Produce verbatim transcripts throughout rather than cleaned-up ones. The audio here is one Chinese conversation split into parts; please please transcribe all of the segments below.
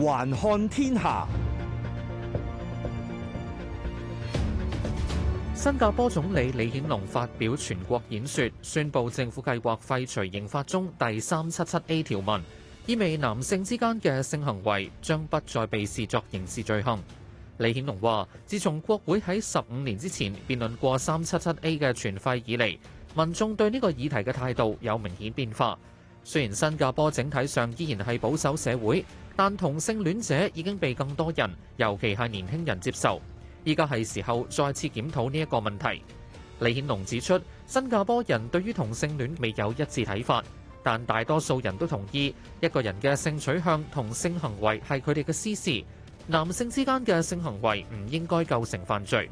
環看天下。 新加坡總理李顯龍發表全國演說，宣布政府計劃廢除刑法中第三七七 A 條文，意味男性之間嘅性行為將不再被視作刑事罪行。李顯龍話：自從國會喺十五年之前辯論過三七七 A 嘅全廢以嚟，民眾對呢個議題嘅態度有明顯變化。雖然新加坡整體上依然係保守社會，但同性戀者已經被更多人，尤其係年輕人接受。依家係時候再次檢討呢一個問題。李顯龍指出，新加坡人對於同性戀未有一致睇法，但大多數人都同意一個人嘅性取向同性行為係佢哋嘅私事，男性之間嘅性行為唔應該構成犯罪。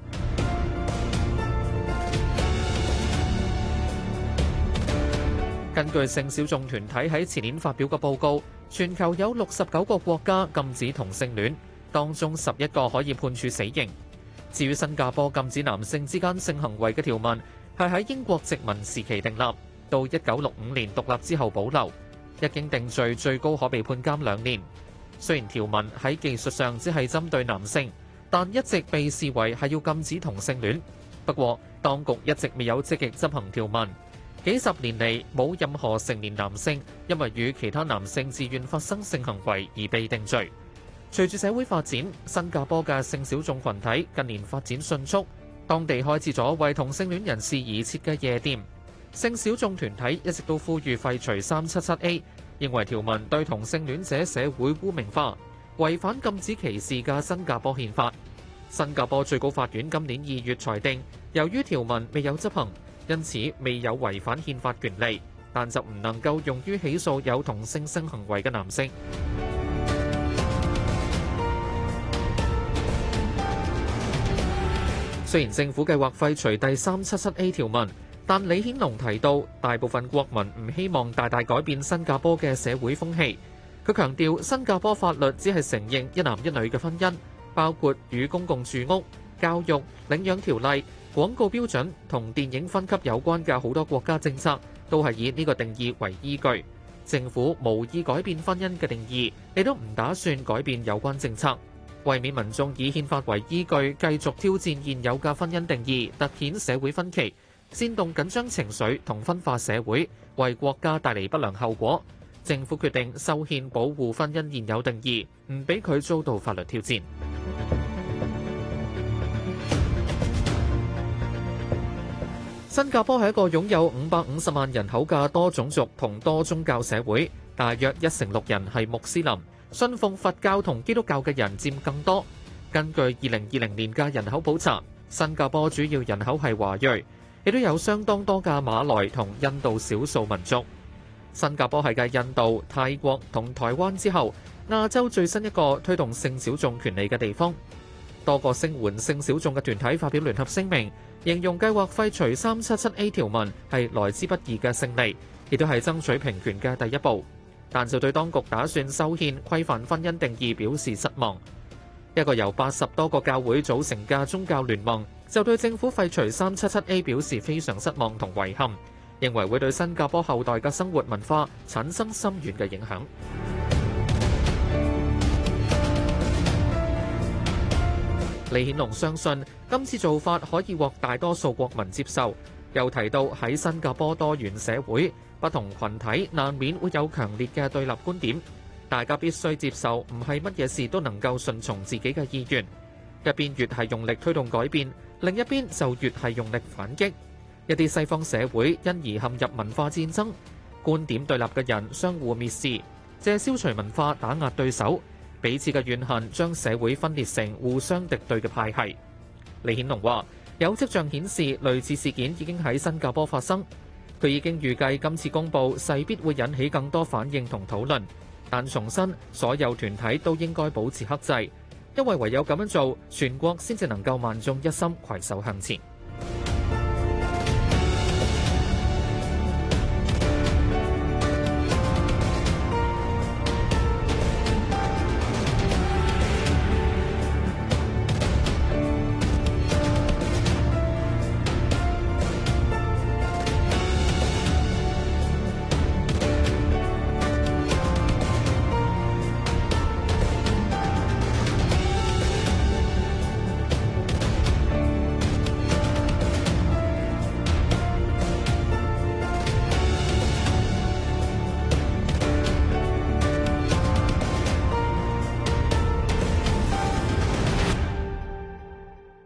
根據性小眾團體喺前年發表嘅報告，全球有六十九個國家禁止同性戀，當中十一個可以判處死刑。至於新加坡禁止男性之間性行為嘅條文，係喺英國殖民時期訂立，到一九六五年獨立之後保留。一經定罪，最高可被判監兩年。雖然條文喺技術上只係針對男性，但一直被視為係要禁止同性戀。不過，當局一直未有積極執行條文。幾十年嚟，冇任何成年男性因為與其他男性自願發生性行為而被定罪。隨住社會發展，新加坡嘅性小眾群體近年發展迅速，當地開設咗為同性戀人士而設嘅夜店。性小眾團體一直都呼籲廢除三七七 A， 認為條文對同性戀者社會污名化，違反禁止歧視嘅新加坡憲法。新加坡最高法院今年二月裁定，由於條文未有執行，因此未有違反憲法權利，但就唔能夠用於起訴有同性性行為嘅男性。雖然政府計劃廢除第三七七 A 條文，但李顯龍提到，大部分國民唔希望大大改變新加坡嘅社會風氣。佢強調，新加坡法律只係承認一男一女嘅婚姻，包括與公共住屋、教育、領養條例、廣告標準同電影分級有關嘅好多國家政策，都係以呢個定義為依據。政府無意改變婚姻嘅定義，亦都唔打算改變有關政策。為免民眾以憲法為依據繼續挑戰現有嘅婚姻定義，突顯社會分歧，煽動緊張情緒同分化社會，為國家帶嚟不良後果，政府決定修憲保護婚姻現有定義，唔俾佢遭到法律挑戰。新加坡係一個擁有五百五十萬人口嘅多種族同多宗教社會，大約一成六人係穆斯林。信奉佛教同基督教嘅人佔更多。根據二零二零年嘅人口普查，新加坡主要人口係華裔，亦都有相當多嘅馬來同印度少數民族。新加坡係繼印度、泰國同台灣之後，亞洲最新一個推動性小眾權利嘅地方。多個聲援性小眾嘅團體發表聯合聲明，形容計劃廢除三七七 A 條文係來之不易嘅勝利，亦都係爭取平權嘅第一步。但就對當局打算修憲規範婚姻定義表示失望。一個由八十多個教會組成嘅宗教聯盟就對政府廢除三七七 A 表示非常失望同遺憾，認為會對新加坡後代嘅生活文化產生深遠嘅影響。李顯龍相信今次做法可以獲大多數國民接受，又提到喺新加坡多元社會，不同群體難免會有強烈嘅對立觀點，大家必須接受唔係乜嘢事都能夠順從自己嘅意願。一邊越係用力推動改變，另一邊就越係用力反擊。一啲西方社會因而陷入文化戰爭，觀點對立嘅人相互蔑視，借消除文化打壓對手，彼此嘅怨恨將社會分裂成互相敵對嘅派系。李顯龍話：有跡象顯示類似事件已經喺新加坡發生。佢已經預計今次公佈勢必會引起更多反應同討論，但重申所有團體都應該保持克制，因為唯有咁樣做，全國先至能夠萬眾一心攜手向前。